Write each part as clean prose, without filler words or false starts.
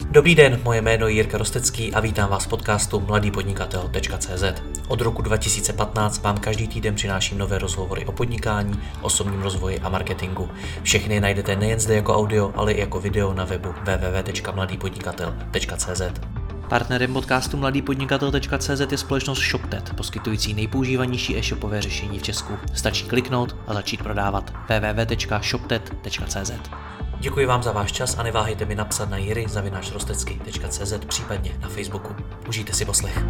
Dobrý den, moje jméno je Jirka Rostecký a vítám vás v podcastu mladýpodnikatel.cz. Od roku 2015 vám každý týden přináším nové rozhovory o podnikání, osobním rozvoji a marketingu. Všechny najdete nejen zde jako audio, ale i jako video na webu www.mladýpodnikatel.cz. Partnerem podcastu mladýpodnikatel.cz je společnost ShopTet, poskytující nejpoužívanější e-shopové řešení v Česku. Stačí kliknout a začít prodávat. www.shoptet.cz. Děkuji vám za váš čas a neváhejte mi napsat na jiry@rostecky.cz, případně na Facebooku. Užijte si poslech.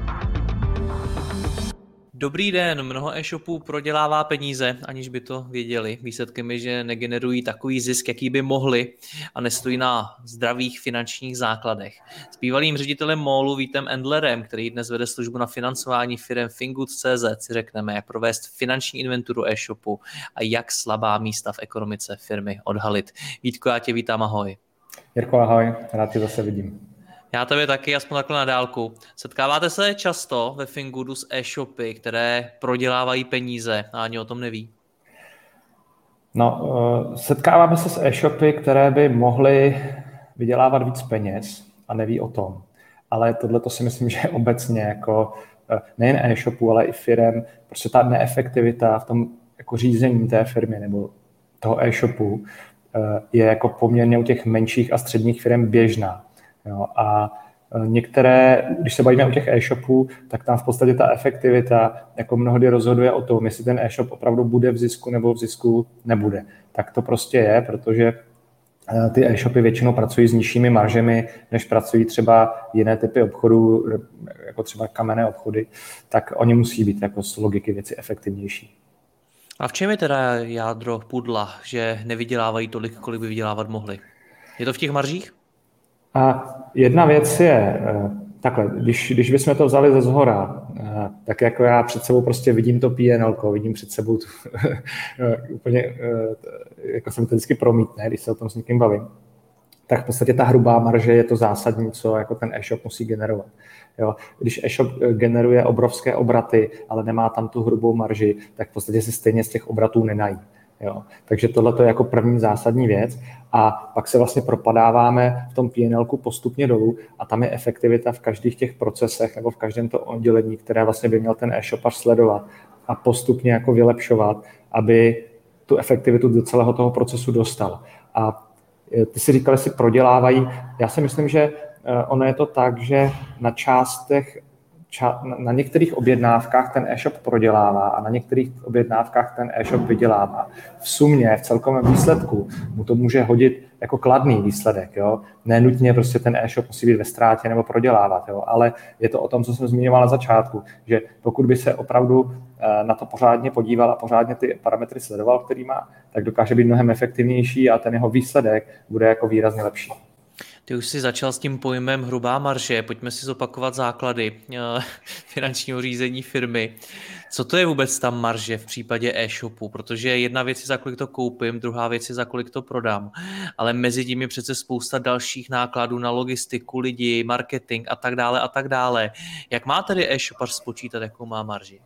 Dobrý den, mnoho e-shopů prodělává peníze, aniž by to věděli. Výsledkem je, že negenerují takový zisk, jaký by mohli a nestojí na zdravých finančních základech. S bývalým ředitelem MOLu Vítem Endlerem, který dnes vede službu na financování firem Fingood.cz, si řekneme, jak provést finanční inventuru e-shopu a jak slabá místa v ekonomice firmy odhalit. Vítko, já tě vítám, ahoj. Jirko, ahoj, rád tě zase vidím. Já tebe taky, aspoň takhle na dálku. Setkáváte se často ve Fingoodu s e-shopy, které prodělávají peníze a ani o tom neví? No, setkáváme se s e-shopy, které by mohly vydělávat víc peněz a neví o tom. Ale tohle to si myslím, že obecně jako nejen e-shopů, ale i firem, prostě ta neefektivita v tom jako řízení té firmy nebo toho e-shopu je jako poměrně u těch menších a středních firm běžná. Jo, a některé, když se bavíme o těch e-shopů, tak tam v podstatě ta efektivita jako mnohdy rozhoduje o tom, jestli ten e-shop opravdu bude v zisku nebo v zisku nebude. Tak to prostě je, protože ty e-shopy většinou pracují s nižšími maržemi, než pracují třeba jiné typy obchodů, jako třeba kamenné obchody, tak oni musí být jako z logiky věci efektivnější. A v čem je teda jádro pudla, že nevydělávají tolik, kolik by vydělávat mohli? Je to v těch maržích? A jedna věc je, takhle, když bychom to vzali ze zhora, tak jako já před sebou prostě vidím to P&L, vidím před sebou tu, úplně, jako se mi to vždycky promítne, když se o tom s někým bavím, tak v podstatě ta hrubá marže je to zásadní, co jako ten e-shop musí generovat. Jo, když e-shop generuje obrovské obraty, ale nemá tam tu hrubou marži, tak v podstatě se stejně z těch obratů nenají. Jo. Takže tohle je jako první zásadní věc a pak se vlastně propadáváme v tom P&L postupně dolů a tam je efektivita v každých těch procesech nebo v každém to oddělení, které vlastně by měl ten e-shopař sledovat a postupně jako vylepšovat, aby tu efektivitu do celého toho procesu dostal. A ty si říkal, jestli prodělávají. Já si myslím, že ono je to tak, že na některých objednávkách ten e-shop prodělává a na některých objednávkách ten e-shop vydělává. V sumě, v celkovém výsledku mu to může hodit jako kladný výsledek. Jo? Nenutně prostě ten e-shop musí být ve ztrátě nebo prodělávat, jo? Ale je to o tom, co jsem zmiňoval na začátku, že pokud by se opravdu na to pořádně podíval a pořádně ty parametry sledoval, který má, tak dokáže být mnohem efektivnější a ten jeho výsledek bude jako výrazně lepší. Ty už jsi začal s tím pojmem hrubá marže, pojďme si zopakovat základy finančního řízení firmy. Co to je vůbec ta marže v případě e-shopu? Protože jedna věc je, za kolik to koupím, druhá věc je, za kolik to prodám. Ale mezi tím je přece spousta dalších nákladů na logistiku, lidi, marketing a tak dále a tak dále. Jak má tedy e-shopař spočítat, jakou má marži?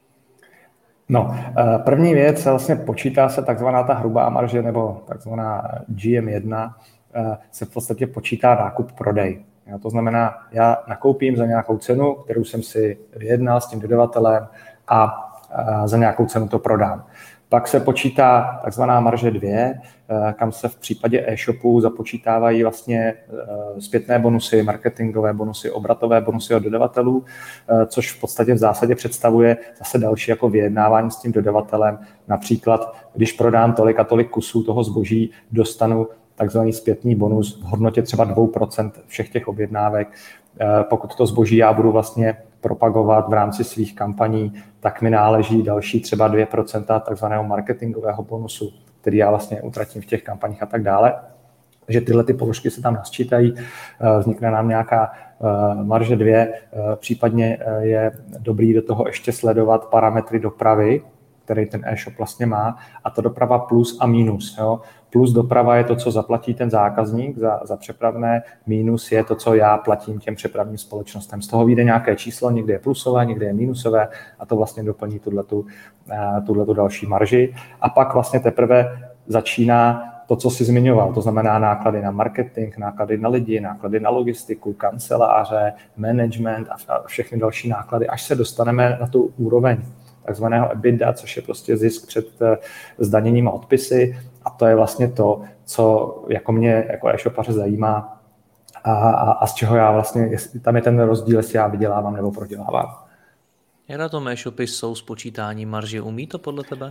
No, první věc, vlastně počítá se takzvaná ta hrubá marže nebo takzvaná GM1, se v podstatě počítá nákup prodej. To znamená, já nakoupím za nějakou cenu, kterou jsem si vyjednal s tím dodavatelem a za nějakou cenu to prodám. Pak se počítá takzvaná marže 2, kam se v případě e-shopu započítávají vlastně zpětné bonusy, marketingové bonusy, obratové bonusy od dodavatelů, což v podstatě v zásadě představuje zase další jako vyjednávání s tím dodavatelem. Například, když prodám tolik a tolik kusů toho zboží, dostanu takzvaný zpětný bonus v hodnotě třeba 2% všech těch objednávek. Pokud to zboží já budu vlastně propagovat v rámci svých kampaní, tak mi náleží další třeba 2% takzvaného marketingového bonusu, který já vlastně utratím v těch kampaních a tak dále. Takže tyhle ty položky se tam nasčítají, vznikne nám nějaká marže 2, případně je dobrý do toho ještě sledovat parametry dopravy, který ten e-shop vlastně má, a to doprava plus a minus. Jo. Plus doprava je to, co zaplatí ten zákazník za přepravné, minus je to, co já platím těm přepravním společnostem. Z toho vyjde nějaké číslo, někde je plusové, někde je minusové a to vlastně doplní tuhletu další marži. A pak vlastně teprve začíná to, co jsi zmiňoval, to znamená náklady na marketing, náklady na lidi, náklady na logistiku, kanceláře, management a všechny další náklady, až se dostaneme na tu úroveň takzvaného EBITDA, což je prostě zisk před zdaněním a odpisy. A to je vlastně to, co jako mě jako e-shopaře zajímá a z čeho já vlastně, tam je ten rozdíl, jestli já vydělávám nebo prodělávám. Jak na tom e-shopy jsou s počítáním marže? Umí to podle tebe?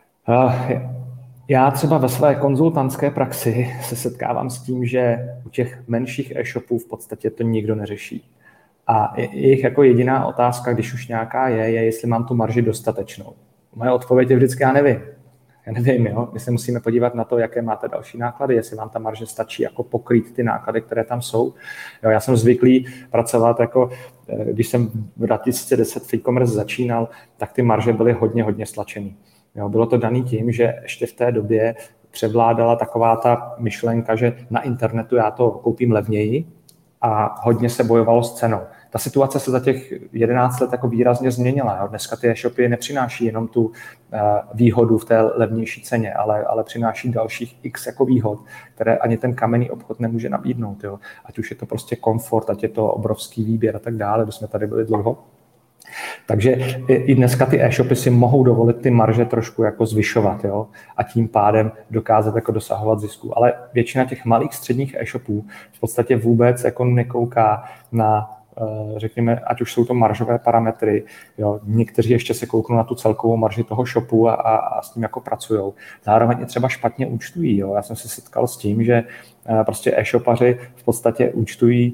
Já třeba ve své konzultantské praxi se setkávám s tím, že u těch menších e-shopů v podstatě to nikdo neřeší. A jejich jako jediná otázka, když už nějaká je, jestli mám tu marži dostatečnou. Moje odpověď je vždycky, já nevím, jo? My se musíme podívat na to, jaké máte další náklady, jestli vám ta marže stačí jako pokrýt ty náklady, které tam jsou. Jo, já jsem zvyklý pracovat jako, když jsem v 2010 v e-commerce začínal, tak ty marže byly hodně stlačený. Jo, bylo to daný tím, že ještě v té době převládala taková ta myšlenka, že na internetu já to koupím levněji a hodně se bojovalo s cenou. Ta situace se za těch 11 let jako výrazně změnila. Jo. Dneska ty e-shopy nepřináší jenom tu výhodu v té levnější ceně, ale přináší dalších x jako výhod, které ani ten kamenný obchod nemůže nabídnout. Jo. Ať už je to prostě komfort, ať je to obrovský výběr a tak dále, když jsme tady byli dlouho. Takže i dneska ty e-shopy si mohou dovolit ty marže trošku jako zvyšovat, jo? A tím pádem dokázat jako dosahovat zisku. Ale většina těch malých středních e-shopů v podstatě vůbec jako nekouká na, řekněme, ať už jsou to maržové parametry, jo? Někteří ještě se kouknou na tu celkovou marži toho shopu a s tím jako pracujou. Zároveň i třeba špatně účtují, jo? Já jsem se setkal s tím, že prostě e-shopaři v podstatě účtují,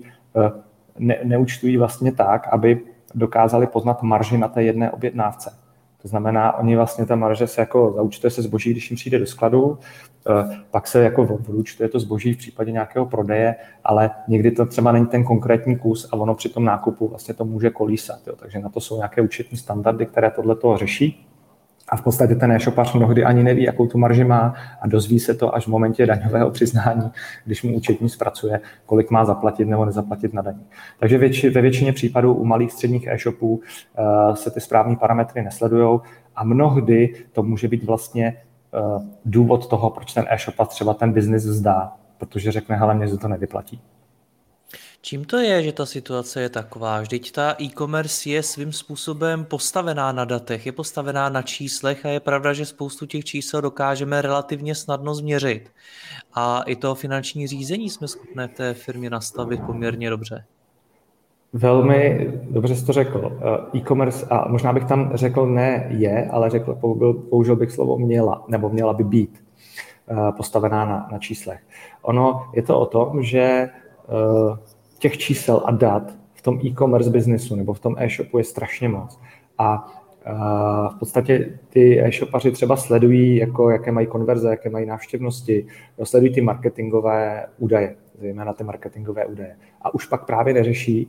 neúčtují vlastně tak, aby dokázali poznat marži na té jedné objednávce. To znamená, oni vlastně ta marže se jako zaúčtuje se zboží, když jim přijde do skladu, pak se jako vyúčtuje to zboží v případě nějakého prodeje, ale někdy to třeba není ten konkrétní kus a ono při tom nákupu vlastně to může kolísat. Jo. Takže na to jsou nějaké účetní standardy, které tohleto řeší. A v podstatě ten e-shopař mnohdy ani neví, jakou tu marži má a dozví se to až v momentě daňového přiznání, když mu účetní zpracuje, kolik má zaplatit nebo nezaplatit na daní. Takže ve většině případů u malých středních e-shopů se ty správní parametry nesledujou a mnohdy to může být vlastně důvod toho, proč ten e-shopař třeba ten biznis vzdá, protože řekne, hele, mě to nevyplatí. Čím to je, že ta situace je taková? Vždyť ta e-commerce je svým způsobem postavená na datech, je postavená na číslech a je pravda, že spoustu těch čísel dokážeme relativně snadno změřit. A i to finanční řízení jsme schopni v té firmě nastavit poměrně dobře. Velmi dobře jsi to řekl. E-commerce, a možná bych tam řekl ne je, ale použil bych slovo měla, nebo měla by být postavená na číslech. Ono je to o tom, že těch čísel a dat v tom e-commerce biznesu nebo v tom e-shopu je strašně moc. A v podstatě ty e-shopaři třeba sledují, jako, jaké mají konverze, jaké mají návštěvnosti, sledují ty marketingové údaje, zejména ty marketingové údaje. A už pak právě neřeší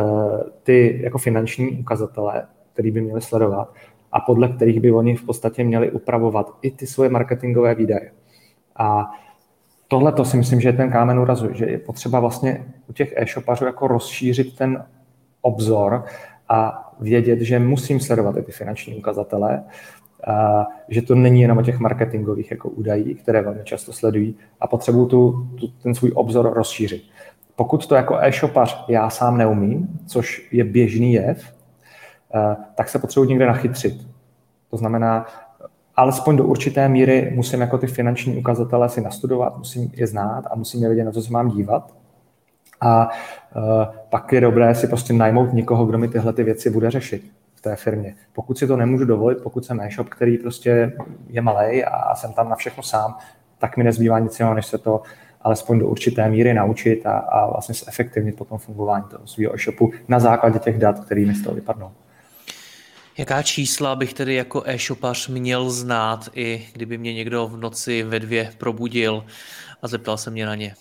ty jako finanční ukazatele, který by měli sledovat a podle kterých by oni v podstatě měli upravovat i ty svoje marketingové výdaje. A tohle to si myslím, že je ten kámen úrazu, že je potřeba vlastně u těch e-shopařů jako rozšířit ten obzor a vědět, že musím sledovat i ty finanční ukazatele, že to není jenom o těch marketingových jako údajích, které velmi často sledují a potřebuju ten svůj obzor rozšířit. Pokud to jako e-shopař já sám neumím, což je běžný jev, tak se potřebuji někde nachytřit. To znamená, alespoň do určité míry musím jako ty finanční ukazatele si nastudovat, musím je znát a musím je vědět, na co se mám dívat. A pak je dobré si prostě najmout někoho, kdo mi tyhle ty věci bude řešit v té firmě. Pokud si to nemůžu dovolit, pokud jsem e-shop, který prostě je malej a jsem tam na všechno sám, tak mi nezbývá nic jiného, než se to alespoň do určité míry naučit a vlastně zefektivnit potom fungování toho svého e-shopu na základě těch dat, které mi z toho vypadnou. Jaká čísla bych tedy jako e-shopař měl znát, i kdyby mě někdo v noci ve 2 probudil a zeptal se mě na ně?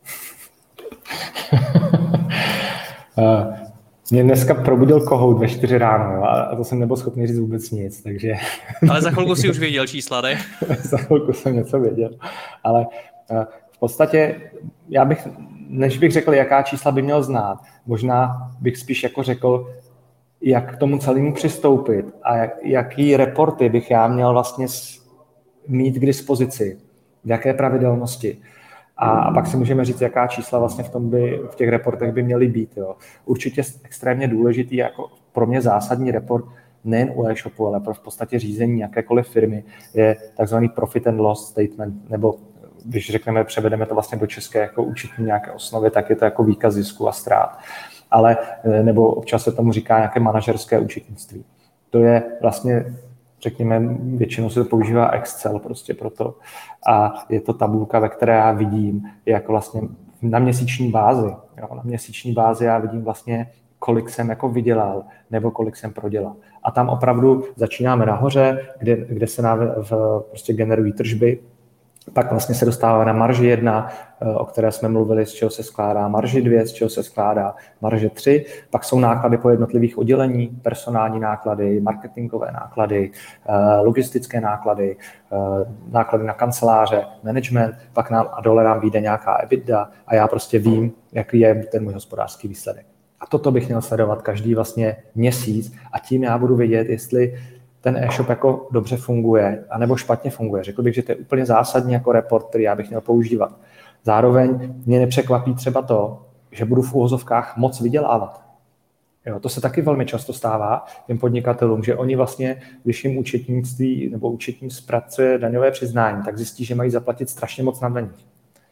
Mě dneska probudil kohout ve 4 ráno, jo, a to jsem nebyl schopný říct vůbec nic, takže... Ale za chvilku si už věděl čísla, ne? Za chvilku jsem něco věděl, ale v podstatě než bych řekl, jaká čísla by měl znát, možná bych spíš jako řekl, jak k tomu celému přistoupit a jaký reporty bych já měl vlastně mít k dispozici v jaké pravidelnosti. A pak si můžeme říct, jaká čísla vlastně v těch reportech by měly být. Jo. Určitě extrémně důležitý, jako pro mě zásadní report, nejen u e-shopu, ale pro v podstatě řízení jakékoliv firmy, je takzvaný profit and loss statement, nebo když řekneme, převedeme to vlastně do české jako účetní nějaké osnovy, tak je to jako výkaz zisku a ztrát. Ale, nebo občas se tomu říká nějaké manažerské účetnictví. To je vlastně, řekněme, většinou se to používá Excel prostě proto. A je to tabulka, ve které já vidím, jak vlastně na měsíční bázi. Jo, na měsíční bázi já vidím vlastně, kolik jsem jako vydělal, nebo kolik jsem prodělal. A tam opravdu začínáme nahoře, kde se prostě generují tržby, pak vlastně se dostáváme na marži 1, o které jsme mluvili, z čeho se skládá marži 2, z čeho se skládá marže 3, pak jsou náklady po jednotlivých oddělení, personální náklady, marketingové náklady, logistické náklady, náklady na kanceláře, management, pak a dole nám vyjde nějaká EBITDA a já prostě vím, jaký je ten můj hospodářský výsledek. A toto bych měl sledovat každý vlastně měsíc a tím já budu vědět, jestli ten e-shop jako dobře funguje, anebo špatně funguje. Řekl bych, že to je úplně zásadní jako report, který já bych měl používat. Zároveň mě nepřekvapí třeba to, že budu v úvozovkách moc vydělávat. Jo, to se taky velmi často stává těm podnikatelům, že oni vlastně, když jim účetnictví nebo účetní zpracuje daňové přiznání, tak zjistí, že mají zaplatit strašně moc na daních.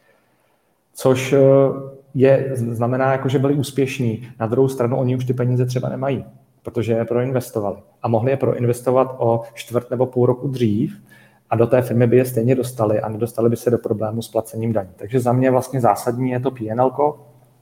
Což znamená, jako, že byli úspěšní. Na druhou stranu oni už ty peníze třeba nemají, protože je proinvestovali. A mohli je proinvestovat o čtvrt nebo půl roku dřív a do té firmy by je stejně dostali a nedostali by se do problému s placením daní. Takže za mě vlastně zásadní je to P&L-ko.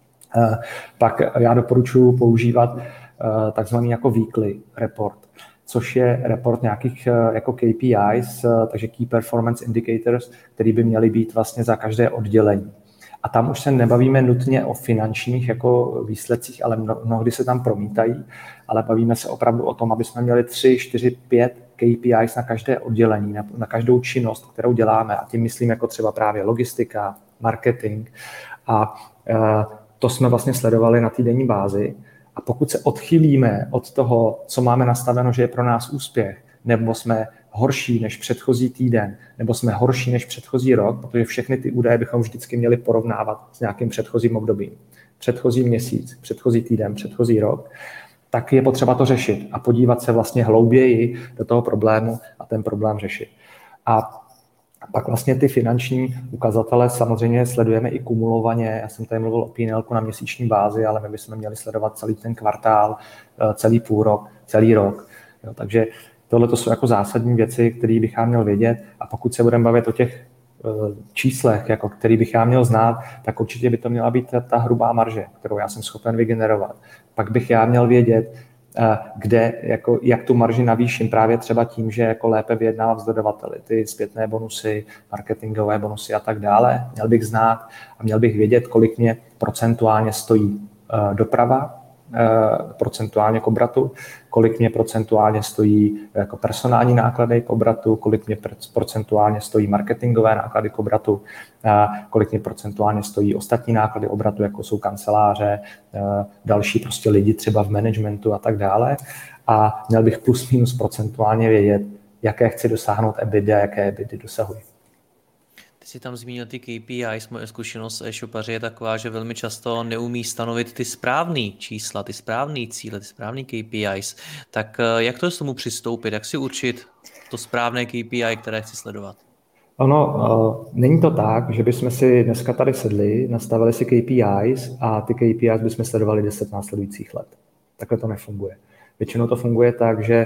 Pak já doporučuji používat takzvaný jako weekly report, což je report nějakých jako KPIs, takže Key Performance Indicators, který by měly být vlastně za každé oddělení. A tam už se nebavíme nutně o finančních jako výsledcích, ale mnohdy se tam promítají, ale bavíme se opravdu o tom, aby jsme měli 3, 4, 5 KPIs na každé oddělení, na každou činnost, kterou děláme. A tím myslím jako třeba právě logistika, marketing. A to jsme vlastně sledovali na týdenní bázi. A pokud se odchylíme od toho, co máme nastaveno, že je pro nás úspěch, nebo jsme horší než předchozí týden, nebo jsme horší než předchozí rok, protože všechny ty údaje bychom vždycky měli porovnávat s nějakým předchozím obdobím. Předchozí měsíc, předchozí týden, předchozí rok, tak je potřeba to řešit a podívat se vlastně hlouběji do toho problému a ten problém řešit. A pak vlastně ty finanční ukazatele samozřejmě sledujeme i kumulovaně. Já jsem tady mluvil o P&L na měsíční bázi, ale my bychom měli sledovat celý ten kvartál, celý půlrok, celý rok. Jo, takže tohle to jsou jako zásadní věci, které bych já měl vědět. A pokud se budeme bavit o těch číslech, jako který bych já měl znát, tak určitě by to měla být ta hrubá marže, kterou já jsem schopen vygenerovat. Pak bych já měl vědět, kde, jako, jak tu marži navýším právě třeba tím, že jako lépe vyjednávám s dodavateli, ty zpětné bonusy, marketingové bonusy a tak dále. Měl bych znát a měl bych vědět, kolik mě procentuálně stojí doprava, procentuálně k obratu, kolik mě procentuálně stojí jako personální náklady k obratu, kolik mě procentuálně stojí marketingové náklady k obratu, kolik mě procentuálně stojí ostatní náklady obratu, jako jsou kanceláře, další prostě lidi třeba v managementu a tak dále. A měl bych plus minus procentuálně vědět, jaké chci dosáhnout EBITDA, jaké EBITDA dosahuji. Ty jsi tam zmínil ty KPIs, moje zkušenost e-shopaři je taková, že velmi často neumí stanovit ty správné čísla, ty správné cíle, ty správné KPIs. Tak jak to s tomu přistoupit, jak si určit to správné KPI, které chci sledovat? Ono, není to tak, že bychom si dneska tady sedli, nastavili si KPIs a ty KPIs bychom sledovali 10 následujících let. Takhle to nefunguje. Většinou to funguje tak, že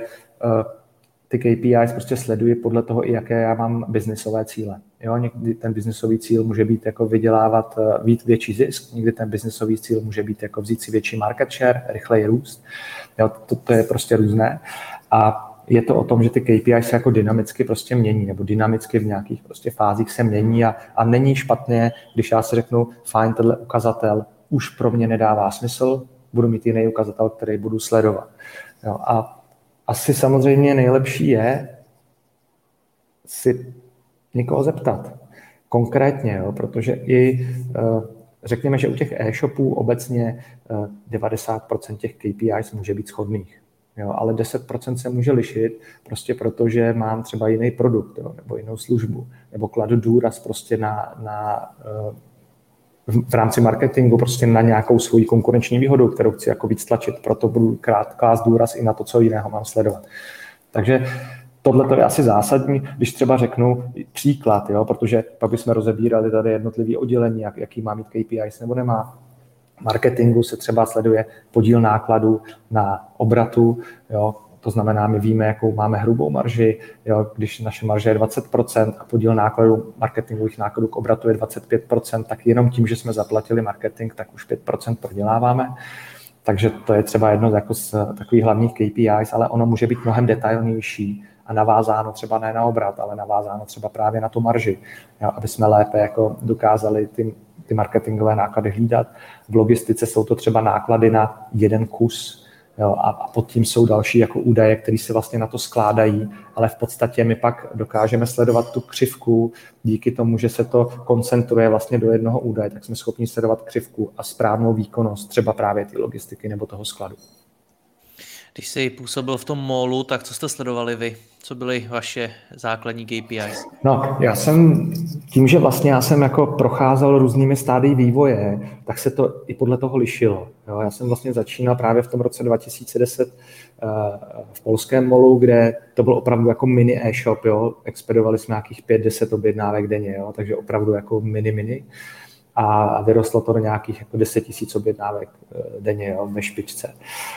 ty KPIs prostě sleduji podle toho, i jaké já mám biznisové cíle. Jo, někdy ten biznisový cíl může být jako vydělávat větší zisk, někdy ten biznisový cíl může být jako vzít si větší market share, rychleji růst. Jo, to je prostě různé. A je to o tom, že ty KPI se jako dynamicky prostě mění, nebo dynamicky v nějakých prostě fázích se mění a není špatně, když já si řeknu, fajn, tenhle ukazatel už pro mě nedává smysl, budu mít jiný ukazatel, který budu sledovat. Jo, a asi samozřejmě nejlepší je si někoho zeptat konkrétně, jo, protože i řekněme, že u těch e-shopů obecně 90% těch KPIs může být shodných. Jo, ale 10% se může lišit prostě proto, že mám třeba jiný produkt, jo, nebo jinou službu, nebo kladu důraz prostě v rámci marketingu prostě na nějakou svoji konkurenční výhodu, kterou chci jako víc tlačit, proto budu klást důraz i na to, co jiného mám sledovat. Takže tohle to je asi zásadní, když třeba řeknu příklad, jo, protože pak bychom rozebírali tady jednotlivé oddělení, jaký má mít KPIs nebo nemá. Marketingu se třeba sleduje podíl nákladů na obratu, jo, to znamená, my víme, jakou máme hrubou marži, jo, když naše marže je 20% a podíl nákladů, marketingových nákladů k obratu je 25%, tak jenom tím, že jsme zaplatili marketing, tak už 5% proděláváme. Takže to je třeba jedno jako z takových hlavních KPIs, ale ono může být mnohem detailnější a navázáno třeba ne na obrat, ale navázáno třeba právě na tu marži, jo, aby jsme lépe jako dokázali ty marketingové náklady hlídat. V logistice jsou to třeba náklady na jeden kus, jo, a pod tím jsou další jako údaje, které se vlastně na to skládají, ale v podstatě my pak dokážeme sledovat tu křivku díky tomu, že se to koncentruje vlastně do jednoho údaje, tak jsme schopni sledovat křivku a správnou výkonnost třeba právě ty logistiky nebo toho skladu. Když jsi působil v tom mallu, tak co jste sledovali vy? Co byly vaše základní KPIs? No, tím, že vlastně já jsem jako procházel různými stády vývoje, tak se to i podle toho lišilo. Jo, já jsem vlastně začínal právě v tom roce 2010 v polském mallu, kde to byl opravdu jako mini e-shop, jo. Expedovali jsme nějakých 5-10 objednávek denně, jo, takže opravdu jako mini. A vyrostlo to do nějakých jako 10 000 objednávek denně, jo, ve špičce.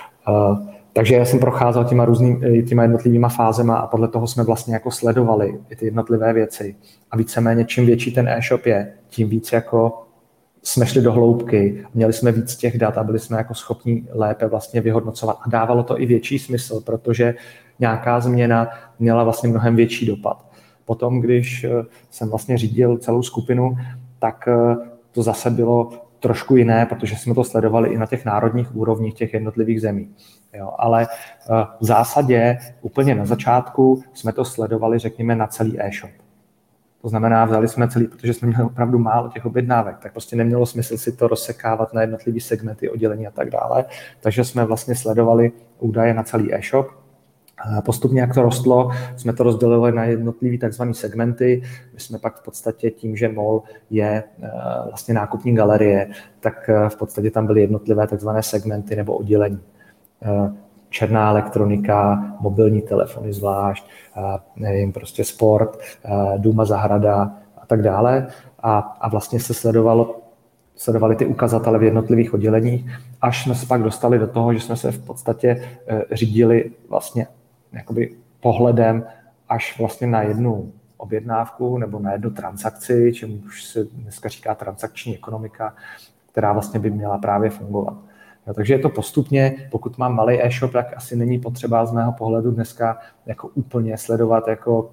Takže já jsem procházel těma jednotlivýma fázema a podle toho jsme vlastně jako sledovali i ty jednotlivé věci. A víceméně čím větší ten e-shop je, tím víc jako jsme šli do hloubky, měli jsme víc těch dat a byli jsme jako schopni lépe vlastně vyhodnocovat. A dávalo to i větší smysl, protože nějaká změna měla vlastně mnohem větší dopad. Potom, když jsem vlastně řídil celou skupinu, tak to zase bylo trošku jiné, protože jsme to sledovali i na těch národních úrovních těch jednotlivých zemí. Jo, ale v zásadě úplně na začátku jsme to sledovali, řekněme, na celý e-shop. To znamená, vzali jsme celý, protože jsme měli opravdu málo těch objednávek, tak prostě nemělo smysl si to rozsekávat na jednotlivé segmenty, oddělení a tak dále. Takže jsme vlastně sledovali údaje na celý e-shop. Postupně, jak to rostlo, jsme to rozdělili na jednotlivé takzvané segmenty. My jsme pak v podstatě tím, že mall je vlastně nákupní galerie, tak v podstatě tam byly jednotlivé takzvané segmenty nebo oddělení. Černá elektronika, mobilní telefony zvlášť, nevím, prostě sport, dům a zahrada a tak dále. A vlastně se sledovali ty ukazatele v jednotlivých odděleních, až jsme se pak dostali do toho, že jsme se v podstatě řídili vlastně jakoby pohledem až vlastně na jednu objednávku nebo na jednu transakci, čemuž se dneska říká transakční ekonomika, která vlastně by měla právě fungovat. No, takže je to postupně, pokud mám malý e-shop, tak asi není potřeba z mého pohledu dneska jako úplně sledovat jako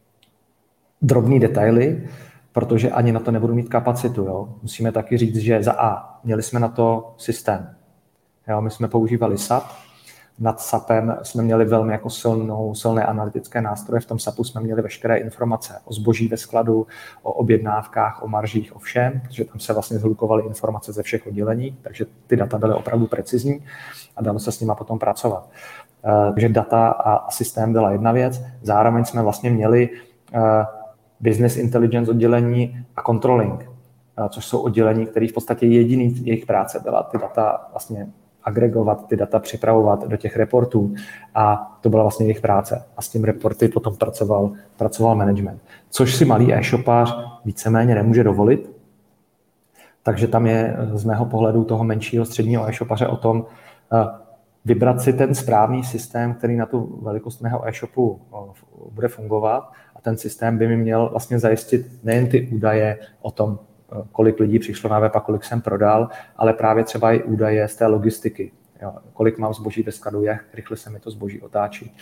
drobný detaily, protože ani na to nebudu mít kapacitu. Jo. Musíme taky říct, že za A měli jsme na to systém. Jo, my jsme používali SAP. Nad SAPem jsme měli velmi jako silné analytické nástroje. V tom SAPu jsme měli veškeré informace o zboží ve skladu, o objednávkách, o maržích, o všem, protože tam se vlastně zhlukovaly informace ze všech oddělení, takže ty data byly opravdu precizní a dalo se s nima potom pracovat. Takže data a systém byla jedna věc. Zároveň jsme vlastně měli business intelligence oddělení a controlling, což jsou oddělení, které v podstatě jediný jejich práce byla ty data vlastně agregovat, ty data připravovat do těch reportů a to byla vlastně jejich práce. A s tím reporty potom pracoval management. Což si malý e-shopář víceméně nemůže dovolit. Takže tam je z mého pohledu toho menšího středního e-shopaře o tom vybrat si ten správný systém, který na tu velikost mého e-shopu bude fungovat a ten systém by mi měl vlastně zajistit nejen ty údaje o tom, kolik lidí přišlo na web a kolik jsem prodal, ale právě třeba i údaje z té logistiky. Jo, kolik mám zboží ve skladu, jak rychle se mi to zboží otáčí,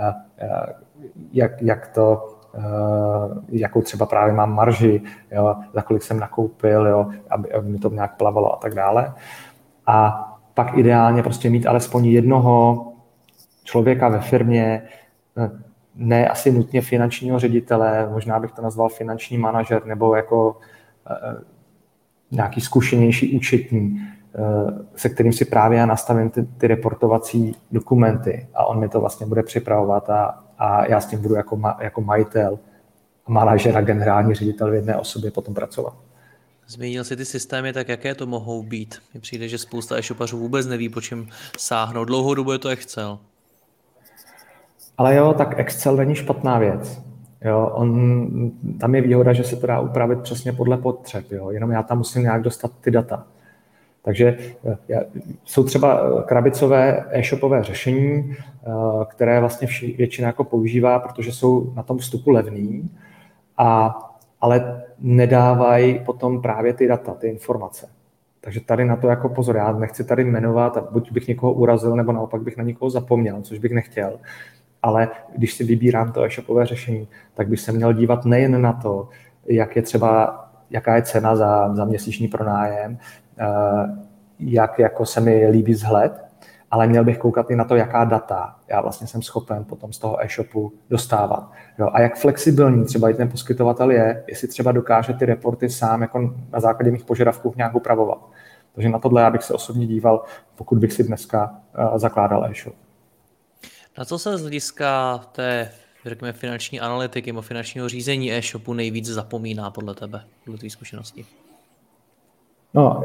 jakou třeba právě mám marži, jo, za kolik jsem nakoupil, jo, aby mi to nějak plavalo a tak dále. A pak ideálně prostě mít alespoň jednoho člověka ve firmě, ne asi nutně finančního ředitele, možná bych to nazval finanční manažer nebo jako nějaký zkušenější účetní, se kterým si právě já nastavím ty reportovací dokumenty a on mi to vlastně bude připravovat a já s tím budu jako majitel, manažer a generální ředitel v jedné osobě potom pracovat. Zmínil si ty systémy, tak jaké to mohou být? Mně přijde, že spousta e-shopařů vůbec neví, po čem sáhnout. Dlouhou dobu je to Excel. Ale jo, tak Excel není špatná věc. Jo, tam je výhoda, že se to dá upravit přesně podle potřeb. Jo, jenom já tam musím nějak dostat ty data. Takže jsou třeba krabicové e-shopové řešení, které vlastně většina jako používá, protože jsou na tom vstupu levný, ale nedávají potom právě ty data, ty informace. Takže tady na to jako pozor, já nechci tady jmenovat, buď bych někoho urazil, nebo naopak bych na někoho zapomněl, což bych nechtěl. Ale když si vybírám to e-shopové řešení, tak bych se měl dívat nejen na to, jaká je cena za měsíční pronájem, jak jako se mi líbí vzhled, ale měl bych koukat i na to, jaká data já vlastně jsem schopen potom z toho e-shopu dostávat. Jo, a jak flexibilní třeba i ten poskytovatel je, jestli třeba dokáže ty reporty sám jako na základě mých požadavků nějak upravovat. Takže na tohle já bych se osobně díval, pokud bych si dneska zakládal e-shop. Na co se z hlediska té, řekněme, finanční analytiky nebo finančního řízení e-shopu nejvíc zapomíná podle tebe, podle tvých zkušeností? No,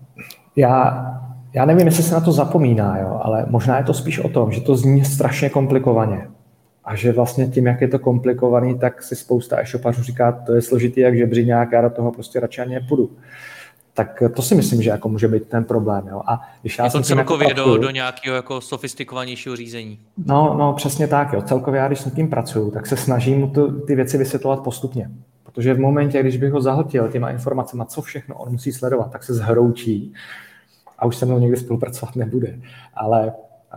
já nevím, jestli se na to zapomíná, jo, ale možná je to spíš o tom, že to zní strašně komplikovaně. A že vlastně tím, jak je to komplikovaný, tak si spousta e-shopařů říká, to je složitý jak žebříňák, já do toho prostě radši ani nepůjdu. Tak to si myslím, že jako může být ten problém. Jo. A když já jako celkově jako do nějakého jako sofistikovanějšího řízení. No, přesně tak. Jo. Celkově já, když s tím pracuju, tak se snažím ty věci vysvětlovat postupně. Protože v momentě, když bych ho zahltil těma informacemi, co všechno on musí sledovat, tak se zhroučí a už se mnou někdy spolupracovat nebude. Ale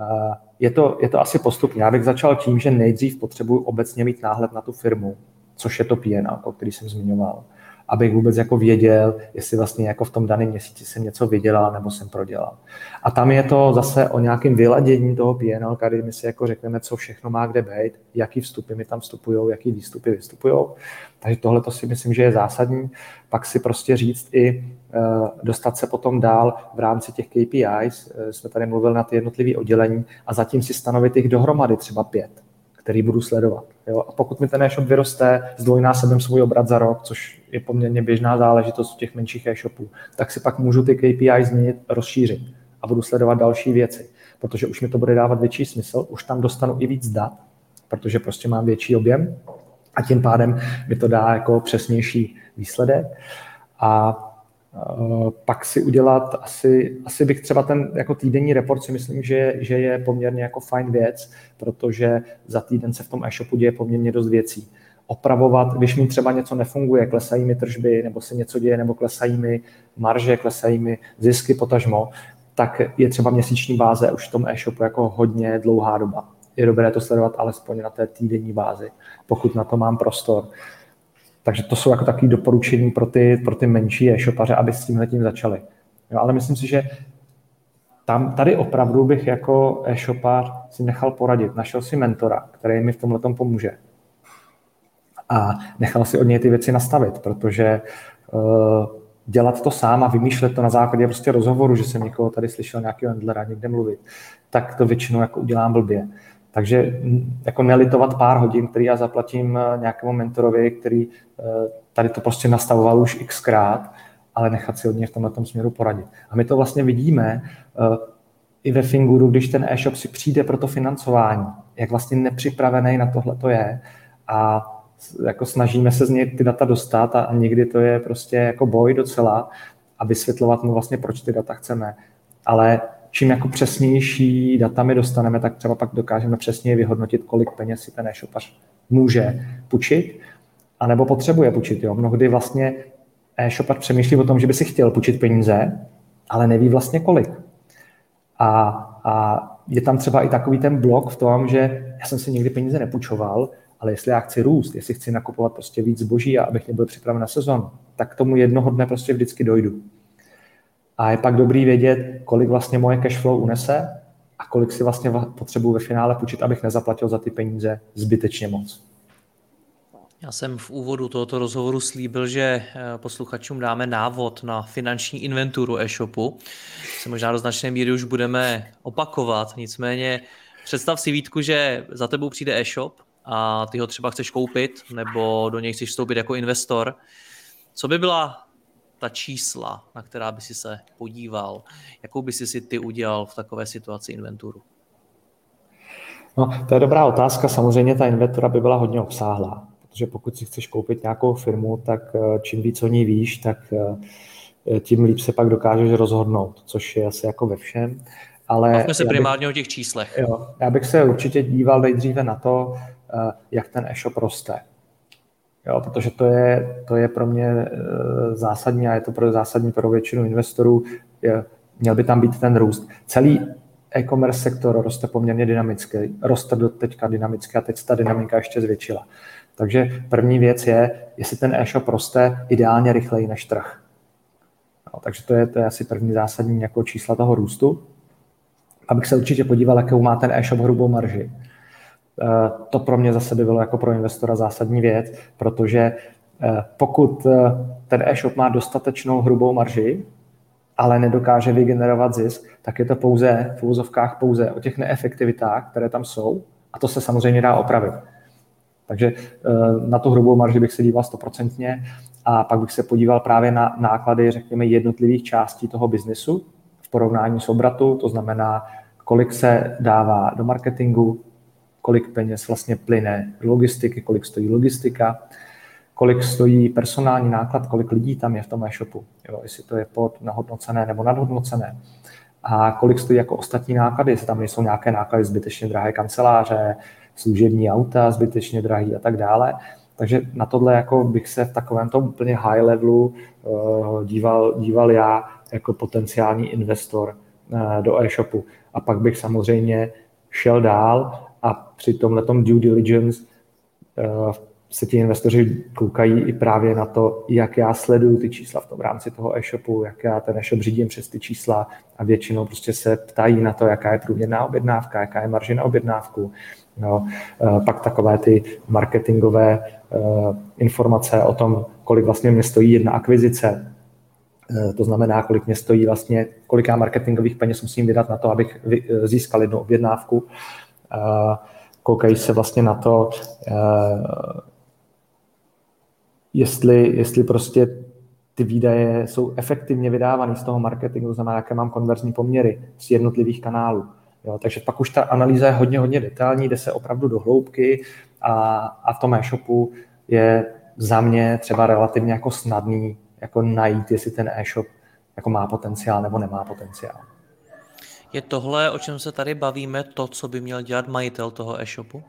je to asi postupně. Já bych začal tím, že nejdřív potřebuji obecně mít náhled na tu firmu, což je to P&L, o který jsem zmiňoval, abych vůbec jako věděl, jestli vlastně jako v tom daném měsíci jsem něco vydělal nebo jsem prodělal. A tam je to zase o nějakém vyladění toho P&L, kdy my si jako řekneme, co všechno má kde být, jaký vstupy mi tam vstupujou, jaký výstupy vystupujou. Takže tohle to si myslím, že je zásadní. Pak si prostě říct i dostat se potom dál v rámci těch KPIs. Jsme tady mluvili na ty jednotlivé oddělení a zatím si stanovit jich dohromady třeba 5, který budu sledovat. Jo? A pokud mi ten e-shop vyroste s dvojnásobem svůj obrat za rok, což je poměrně běžná záležitost u těch menších e-shopů, tak si pak můžu ty KPI změnit, rozšířit a budu sledovat další věci, protože už mi to bude dávat větší smysl, už tam dostanu i víc dat, protože prostě mám větší objem a tím pádem mi to dá jako přesnější výsledek. A pak si udělat, asi bych třeba ten jako týdenní report si myslím, že je poměrně jako fajn věc, protože za týden se v tom e-shopu děje poměrně dost věcí. Opravovat, když mi třeba něco nefunguje, klesají mi tržby, nebo se něco děje, nebo klesají mi marže, klesají mi zisky potažmo, tak je třeba měsíční báze už v tom e-shopu jako hodně dlouhá doba. Je dobré to sledovat alespoň na té týdenní bázi, pokud na to mám prostor. Takže to jsou jako takové doporučení pro ty menší e-shopaře, aby s tímhletím začali. Jo, ale myslím si, že tady opravdu bych jako e-shopář si nechal poradit. Našel si mentora, který mi v tomhletom pomůže. A nechal si od něj ty věci nastavit, protože dělat to sám a vymýšlet to na základě prostě rozhovoru, že jsem někoho tady slyšel nějakého handlera někde mluvit, tak to většinou jako udělám blbě. Takže jako nelitovat pár hodin, který já zaplatím nějakému mentorovi, který tady to prostě nastavoval už xkrát, ale nechat si od něj v tomhle směru poradit. A my to vlastně vidíme i ve Finguru, když ten e-shop si přijde pro to financování, jak vlastně nepřipravený na tohle to je a jako snažíme se z něj ty data dostat a někdy to je prostě jako boj docela a vysvětlovat mu vlastně, proč ty data chceme. Ale čím jako přesnější data my dostaneme, tak třeba pak dokážeme přesněji vyhodnotit, kolik peněz si ten e-shopař může půjčit, anebo potřebuje půjčit. Jo. Mnohdy vlastně e-shopař přemýšlí o tom, že by si chtěl půjčit peníze, ale neví vlastně kolik. A je tam třeba i takový ten blok v tom, že já jsem si nikdy peníze nepůjčoval, ale jestli já chci růst, jestli chci nakupovat prostě víc zboží a abych nebyl připraven na sezonu, tak k tomu jednoho dne prostě vždycky dojdu. A je pak dobrý vědět, kolik vlastně moje cashflow unese a kolik si vlastně potřebuji ve finále půjčit, abych nezaplatil za ty peníze zbytečně moc. Já jsem v úvodu tohoto rozhovoru slíbil, že posluchačům dáme návod na finanční inventuru e-shopu. Se možná do značné míry už budeme opakovat, nicméně představ si, Vítku, že za tebou přijde e-shop a ty ho třeba chceš koupit nebo do něj chceš vstoupit jako investor. Co by byla ta čísla, na která by si se podíval? Jakou by si ty udělal v takové situaci inventuru? No, to je dobrá otázka. Samozřejmě ta inventura by byla hodně obsáhlá, protože pokud si chceš koupit nějakou firmu, tak čím víc o ní víš, tak tím líp se pak dokážeš rozhodnout, což je asi jako ve všem. Ale bavme se primárně o těch číslech. Jo, já bych se určitě díval nejdříve na to, jak ten e-shop roste. Jo, protože to je pro mě zásadní a je to zásadní pro většinu investorů. Měl by tam být ten růst. Celý e-commerce sektor roste poměrně dynamicky. Roste do teďka dynamicky a teď se ta dynamika ještě zvětšila. Takže první věc je, jestli ten e-shop roste ideálně rychleji než trh. No, takže to je asi první zásadní jako čísla toho růstu. Abych se určitě podíval, jakou má ten e-shop hrubou marži. To pro mě zase by bylo jako pro investora zásadní věc, protože pokud ten e-shop má dostatečnou hrubou marži, ale nedokáže vygenerovat zisk, tak je to pouze v uvozovkách pouze o těch neefektivitách, které tam jsou, a to se samozřejmě dá opravit. Takže na tu hrubou marži bych se díval 100% a pak bych se podíval právě na náklady, řekněme, jednotlivých částí toho biznesu v porovnání s obratu, to znamená, kolik se dává do marketingu, kolik peněz vlastně plyne do logistiky, kolik stojí logistika, kolik stojí personální náklad, kolik lidí tam je v tom e-shopu, jo, jestli to je podhodnocené nebo nadhodnocené. A kolik stojí jako ostatní náklady, jestli tam nejsou nějaké náklady zbytečně drahé kanceláře, služební auta zbytečně drahý a tak dále. Takže na tohle jako bych se v takovém tom úplně high levelu díval já jako potenciální investor do e-shopu. A pak bych samozřejmě šel dál a při tomhletom due diligence se ti investoři koukají i právě na to, jak já sleduju ty čísla v tom rámci toho e-shopu, jak já ten e-shop řídím přes ty čísla a většinou prostě se ptají na to, jaká je průměrná objednávka, jaká je marže na objednávku. No, pak takové ty marketingové informace o tom, kolik vlastně mě stojí jedna akvizice, to znamená, kolik mě stojí vlastně, kolik já marketingových peněz musím vydat na to, abych získal jednu objednávku. Koukají se vlastně na to, jestli prostě ty výdaje jsou efektivně vydávané z toho marketingu, znamená, jaké mám konverzní poměry z jednotlivých kanálů. Jo, takže pak už ta analýza je hodně detailní, jde se opravdu do hloubky a v tom e-shopu je za mě třeba relativně jako snadný jako najít, jestli ten e-shop jako má potenciál nebo nemá potenciál. Je tohle, o čem se tady bavíme, to, co by měl dělat majitel toho e-shopu?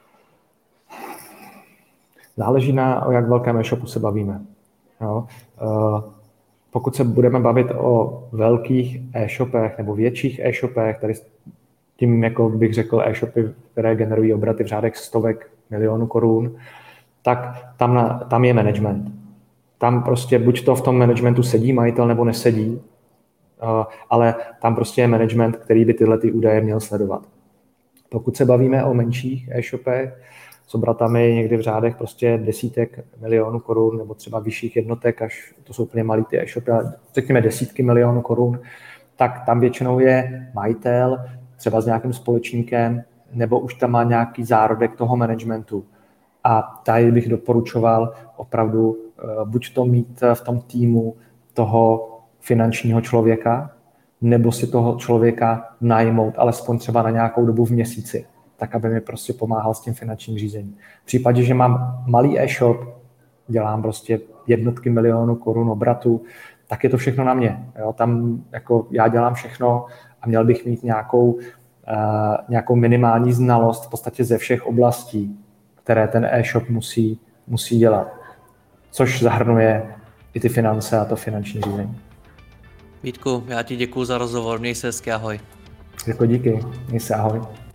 Záleží o jak velkém e-shopu se bavíme. Jo. Pokud se budeme bavit o velkých e-shopech nebo větších e-shopech, tady tím, jako bych řekl, e-shopy, které generují obraty v řádech stovek milionů korun, tak tam je management. Tam prostě buď to v tom managementu sedí majitel nebo nesedí, ale tam prostě je management, který by tyhle ty údaje měl sledovat. Pokud se bavíme o menších e-shopech s obratami někdy v řádech prostě desítek milionů korun nebo třeba vyšších jednotek, až to jsou úplně malý ty e-shopy, řekněme desítky milionů korun, tak tam většinou je majitel, třeba s nějakým společníkem, nebo už tam má nějaký zárodek toho managementu. A tady bych doporučoval opravdu buď to mít v tom týmu toho finančního člověka, nebo si toho člověka najmout, alespoň třeba na nějakou dobu v měsíci, tak aby mi prostě pomáhal s tím finančním řízením. V případě, že mám malý e-shop, dělám prostě jednotky milionů korun obratu, tak je to všechno na mě. Jo? Tam jako já dělám všechno a měl bych mít nějakou minimální znalost v podstatě ze všech oblastí, které ten e-shop musí dělat. Což zahrnuje i ty finance a to finanční řízení. Vítku, já ti děkuju za rozhovor, měj se hezky, ahoj. Jako díky, měj se, ahoj.